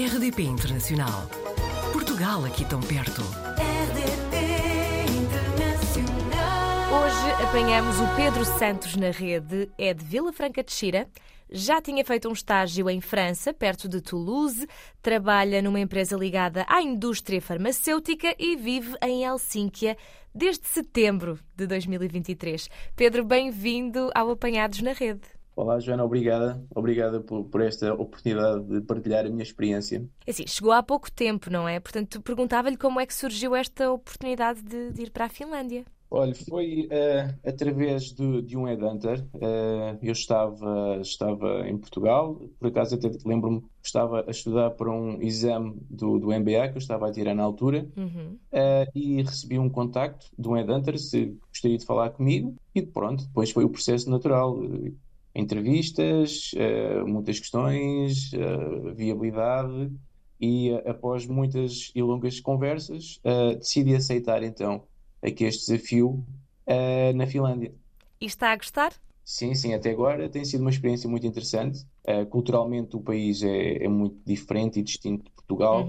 RDP Internacional. Portugal aqui tão perto. RDP Internacional. Hoje apanhamos o Pedro Santos na rede, é de Vila Franca de Xira. Já tinha feito um estágio em França, perto de Toulouse, trabalha numa empresa ligada à indústria farmacêutica e vive em Helsínquia desde setembro de 2023. Pedro, bem-vindo ao Apanhados na Rede. Olá, Joana, obrigada por esta oportunidade de partilhar a minha experiência. Assim, chegou há pouco tempo, não é? Portanto, perguntava-lhe como é que surgiu esta oportunidade de ir para a Finlândia. Olha, foi através de um headhunter. Eu estava em Portugal, por acaso até lembro-me que estava a estudar para um exame do MBA que eu estava a tirar na altura. E recebi um contacto de um headhunter se gostaria de falar comigo e pronto, depois foi o processo natural. Entrevistas, muitas questões, viabilidade e após muitas e longas conversas decidi aceitar então aqui este desafio na Finlândia. E está a gostar? Sim, até agora tem sido uma experiência muito interessante. Culturalmente o país é muito diferente e distinto de Portugal,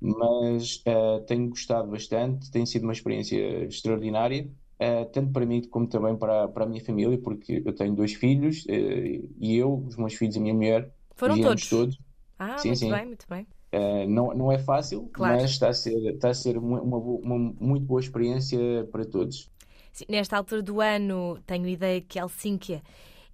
mas tenho gostado bastante, tem sido uma experiência extraordinária. Tanto para mim como também para a minha família, porque eu tenho 2 filhos e eu, os meus filhos e a minha mulher, Foram viemos todos. Sim. Muito bem. Não é fácil, Claro. Mas está a ser uma muito boa experiência para todos. Sim, nesta altura do ano tenho ideia que Helsínquia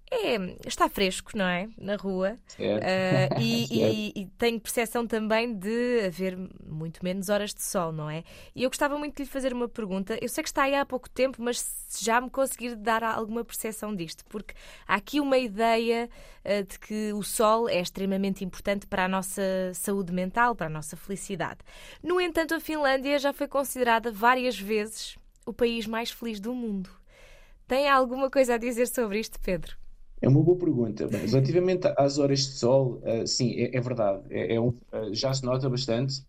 está fresco, não é? Na rua. Certo. Certo. E tenho percepção também de haver muito menos horas de sol, não é? E eu gostava muito de lhe fazer uma pergunta. Eu sei que está aí há pouco tempo, mas se já me conseguir dar alguma percepção disto, porque há aqui uma ideia de que o sol é extremamente importante para a nossa saúde mental, para a nossa felicidade. No entanto, a Finlândia já foi considerada várias vezes o país mais feliz do mundo. Tem alguma coisa a dizer sobre isto, Pedro? É uma boa pergunta. Bem, relativamente às horas de sol, sim, é verdade. Já se nota bastante.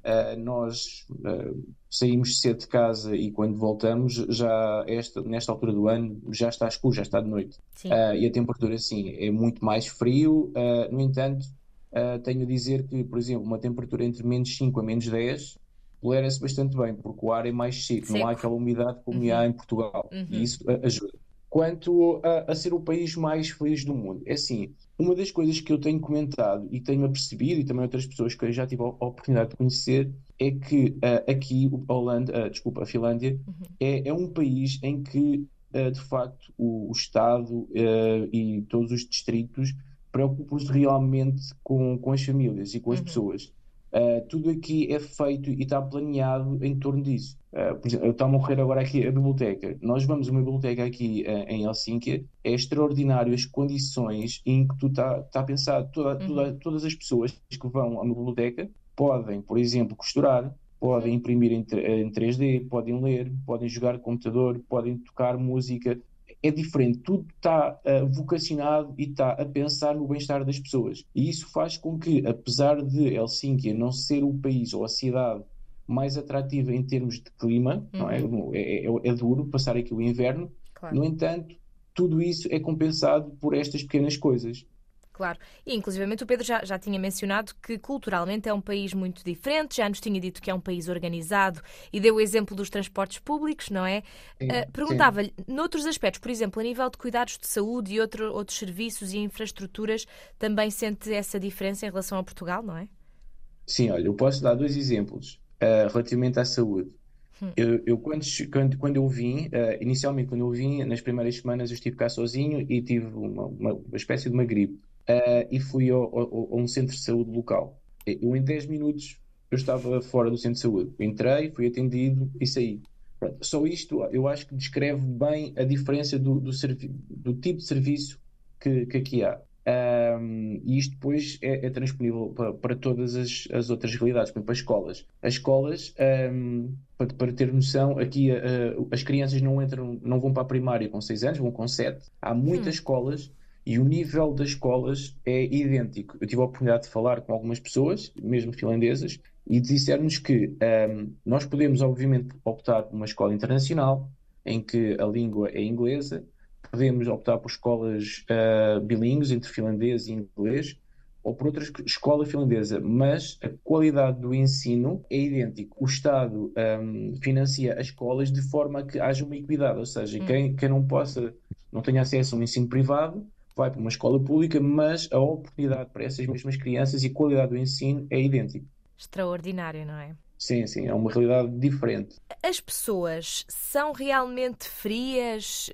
Nós saímos cedo de casa e quando voltamos, nesta altura do ano, já está escuro, já está de noite. Sim. E a temperatura, sim, é muito mais frio. No entanto, tenho a dizer que, por exemplo, uma temperatura entre -5 a -10 tolera-se bastante bem, porque o ar é mais seco, não há aquela umidade como há em Portugal. E isso ajuda. Quanto a ser o país mais feliz do mundo, é assim, uma das coisas que eu tenho comentado e tenho apercebido, e também outras pessoas que eu já tive a oportunidade de conhecer, é que aqui a Finlândia é um país em que, de facto, o Estado e todos os distritos preocupam-se realmente com as famílias e com as pessoas. Tudo aqui é feito e está planeado em torno disso. Por exemplo, está-me a ocorrer agora aqui a biblioteca. Nós vamos a uma biblioteca aqui em Helsínquia, é extraordinário as condições em que está pensado. Todas as pessoas que vão a uma biblioteca podem, por exemplo, costurar, podem imprimir em 3D, podem ler, podem jogar computador, podem tocar música. É diferente, tudo está vocacionado e está a pensar no bem-estar das pessoas. E isso faz com que, apesar de Helsínquia não ser o país ou a cidade mais atrativa em termos de clima, não é? É duro passar aqui o inverno, Claro. No entanto, tudo isso é compensado por estas pequenas coisas. Claro. E, inclusivamente, o Pedro já tinha mencionado que culturalmente é um país muito diferente, já nos tinha dito que é um país organizado e deu o exemplo dos transportes públicos, não é? Perguntava-lhe, noutros aspectos, por exemplo, a nível de cuidados de saúde e outros serviços e infraestruturas, também sente essa diferença em relação a Portugal, não é? Sim, olha, eu posso dar 2 exemplos relativamente à saúde. Quando eu vim, inicialmente quando eu vim, nas primeiras semanas eu estive cá sozinho e tive uma espécie de uma gripe. E fui a um centro de saúde local. Em 10 minutos eu estava fora do centro de saúde. Entrei, fui atendido e saí. Pronto, só isto eu acho que descreve bem a diferença do tipo de serviço que aqui há. E isto depois é transponível para todas as outras realidades, por exemplo, as escolas. As escolas, para ter noção, aqui as crianças não vão para a primária com 6 anos, vão com 7. Há muitas escolas e o nível das escolas é idêntico. Eu tive a oportunidade de falar com algumas pessoas, mesmo finlandesas, e disseram-nos que nós podemos, obviamente, optar por uma escola internacional, em que a língua é inglesa. Podemos optar por escolas bilíngues entre finlandês e inglês, ou por outra escola finlandesa, mas a qualidade do ensino é idêntica. O Estado financia as escolas de forma a que haja uma equidade, ou seja, quem não tenha acesso a um ensino privado, vai para uma escola pública, mas a oportunidade para essas mesmas crianças e a qualidade do ensino é idêntica. Extraordinário, não é? Sim, sim, é uma realidade diferente. As pessoas são realmente frias?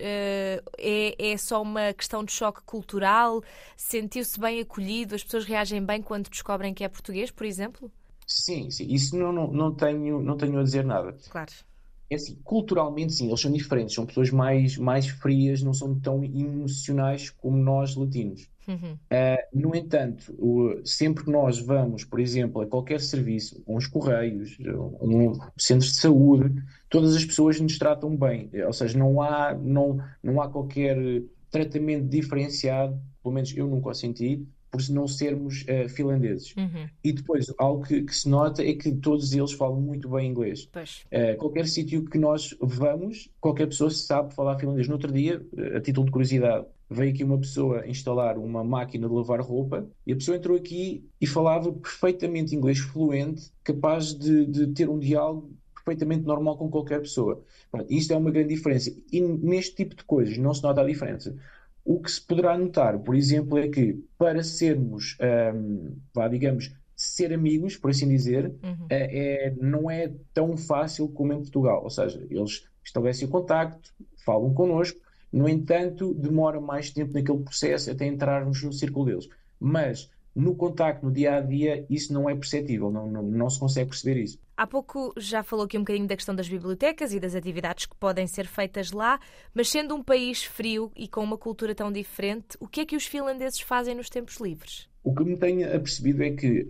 É só uma questão de choque cultural? Sentiu-se bem acolhido? As pessoas reagem bem quando descobrem que é português, por exemplo? Sim, sim, isso não tenho a dizer nada. Claro. É assim, culturalmente, sim, eles são diferentes, são pessoas mais frias, não são tão emocionais como nós latinos. Uhum. No entanto, sempre que nós vamos, por exemplo, a qualquer serviço, uns correios, um centro de saúde, todas as pessoas nos tratam bem. Ou seja, não há qualquer tratamento diferenciado, pelo menos eu nunca o senti, por não sermos finlandeses. Uhum. E depois, algo que se nota é que todos eles falam muito bem inglês. Pois. Qualquer sítio que nós vamos, qualquer pessoa sabe falar finlandês. No outro dia, a título de curiosidade, veio aqui uma pessoa instalar uma máquina de lavar roupa e a pessoa entrou aqui e falava perfeitamente inglês fluente, capaz de ter um diálogo perfeitamente normal com qualquer pessoa. Pronto, isto é uma grande diferença. E neste tipo de coisas não se nota a diferença. O que se poderá notar, por exemplo, é que para sermos, digamos, ser amigos, por assim dizer, Uhum. não é tão fácil como em Portugal. Ou seja, eles estabelecem o contacto, falam connosco, no entanto, demora mais tempo naquele processo até entrarmos no círculo deles. Mas no contacto, no dia a dia, isso não é perceptível, não se consegue perceber isso. Há pouco já falou aqui um bocadinho da questão das bibliotecas e das atividades que podem ser feitas lá, mas sendo um país frio e com uma cultura tão diferente, o que é que os finlandeses fazem nos tempos livres? O que me tenho apercebido é que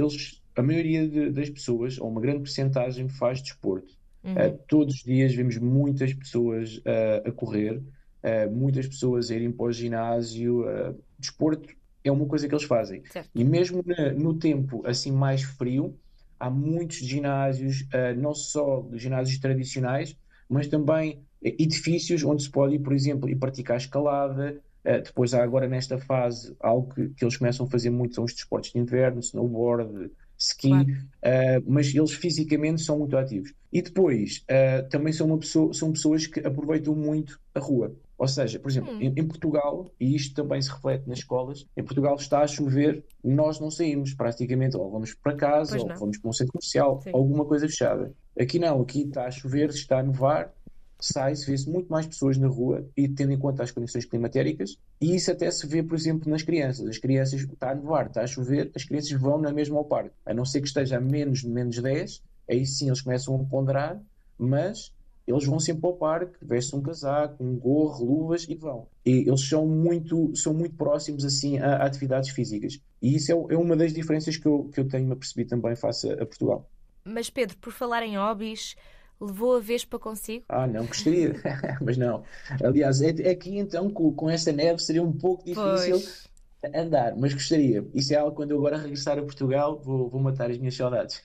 a maioria das pessoas, ou uma grande percentagem, faz desporto. Uhum. Todos os dias vemos muitas pessoas a correr, muitas pessoas a irem para o ginásio. Desporto é uma coisa que eles fazem. Certo. E mesmo no tempo assim mais frio, há muitos ginásios, não só ginásios tradicionais, mas também edifícios onde se pode ir, por exemplo, ir praticar escalada. Depois há agora nesta fase algo que eles começam a fazer muito, são os desportos de inverno, snowboard, ski, Claro. mas eles fisicamente são muito ativos. E depois também são pessoas que aproveitam muito a rua. Ou seja, por exemplo, em Portugal, e isto também se reflete nas escolas, em Portugal está a chover, nós não saímos praticamente, ou vamos para casa, Pois ou não. vamos para um centro comercial, Sim. alguma coisa fechada. Aqui não, aqui está a chover, está a nevar, sai-se, vê-se muito mais pessoas na rua, e tendo em conta as condições climatéricas, e isso até se vê, por exemplo, nas crianças. As crianças, está a nevar, está a chover, as crianças vão na mesma ao parque. A não ser que esteja a menos 10, aí sim eles começam a ponderar, mas eles vão sempre ao parque, vestem um casaco, um gorro, luvas e vão. E eles são muito próximos assim a atividades físicas. E isso é uma das diferenças que eu tenho a perceber também face a Portugal. Mas Pedro, por falar em hobbies, levou a Vespa consigo? Não, gostaria, mas não. Aliás, aqui então com esta neve seria um pouco difícil Pois. andar, mas gostaria. Isso é algo quando eu agora regressar a Portugal, vou matar as minhas saudades.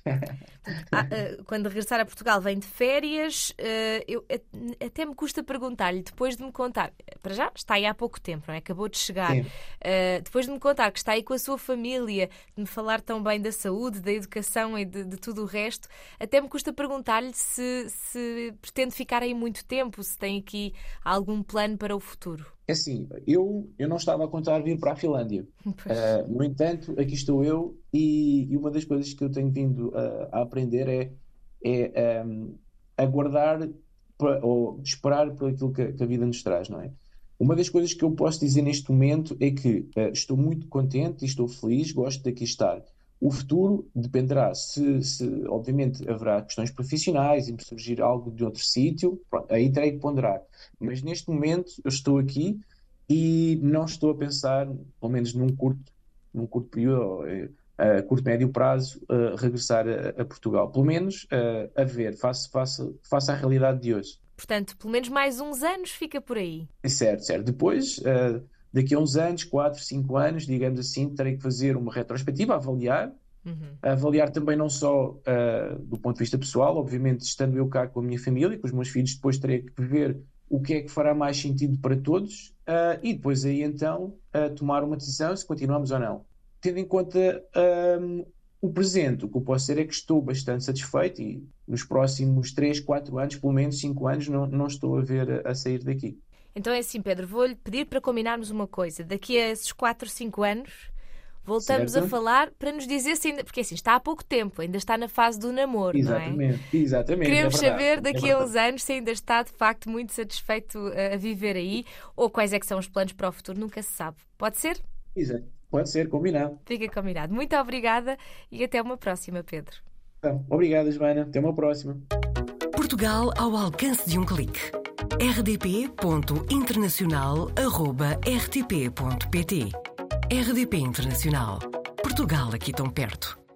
Quando regressar a Portugal vem de férias, até me custa perguntar-lhe, depois de me contar, para já está aí há pouco tempo, não é? Acabou de chegar, Sim. depois de me contar que está aí com a sua família, de me falar tão bem da saúde, da educação e de tudo o resto, até me custa perguntar-lhe se pretende ficar aí muito tempo, se tem aqui algum plano para o futuro. É assim, eu não estava a contar vir para a Finlândia. Pois. No entanto, aqui estou eu e uma das coisas que eu tenho vindo a aprender é aguardar ou esperar por aquilo que a vida nos traz, não é? Uma das coisas que eu posso dizer neste momento é que estou muito contente e estou feliz, gosto de aqui estar. O futuro dependerá obviamente, haverá questões profissionais e me surgir algo de outro sítio, pronto, aí terei que ponderar. Mas neste momento eu estou aqui e não estou a pensar, pelo menos num curto período, ou, a curto, médio prazo, regressar a Portugal. Pelo menos a ver, face à realidade de hoje. Portanto, pelo menos mais uns anos fica por aí. Certo, certo. Depois, daqui a uns anos, 4, 5 anos, digamos assim, terei que fazer uma retrospectiva, avaliar também não só do ponto de vista pessoal, obviamente estando eu cá com a minha família, com os meus filhos, depois terei que ver o que é que fará mais sentido para todos e depois aí então tomar uma decisão se continuamos ou não. tendo em conta o presente, o que eu posso dizer é que estou bastante satisfeito e nos próximos 3, 4 anos, pelo menos 5 anos, não estou a ver a sair daqui. Então é assim, Pedro, vou-lhe pedir para combinarmos uma coisa. Daqui a esses 4, 5 anos, voltamos Certo? a falar para nos dizer se ainda... Porque assim, está há pouco tempo, ainda está na fase do namoro, não é? Exatamente. Queremos é verdade, saber daqui é a uns anos se ainda está, de facto, muito satisfeito a viver aí ou quais é que são os planos para o futuro, nunca se sabe. Pode ser? Exato. Pode ser, combinado. Fica combinado. Muito obrigada e até uma próxima, Pedro. Então, obrigado, Joana. Até uma próxima. Portugal ao alcance de um clique. rdp.internacional@rtp.pt. RDP Internacional. Portugal aqui tão perto.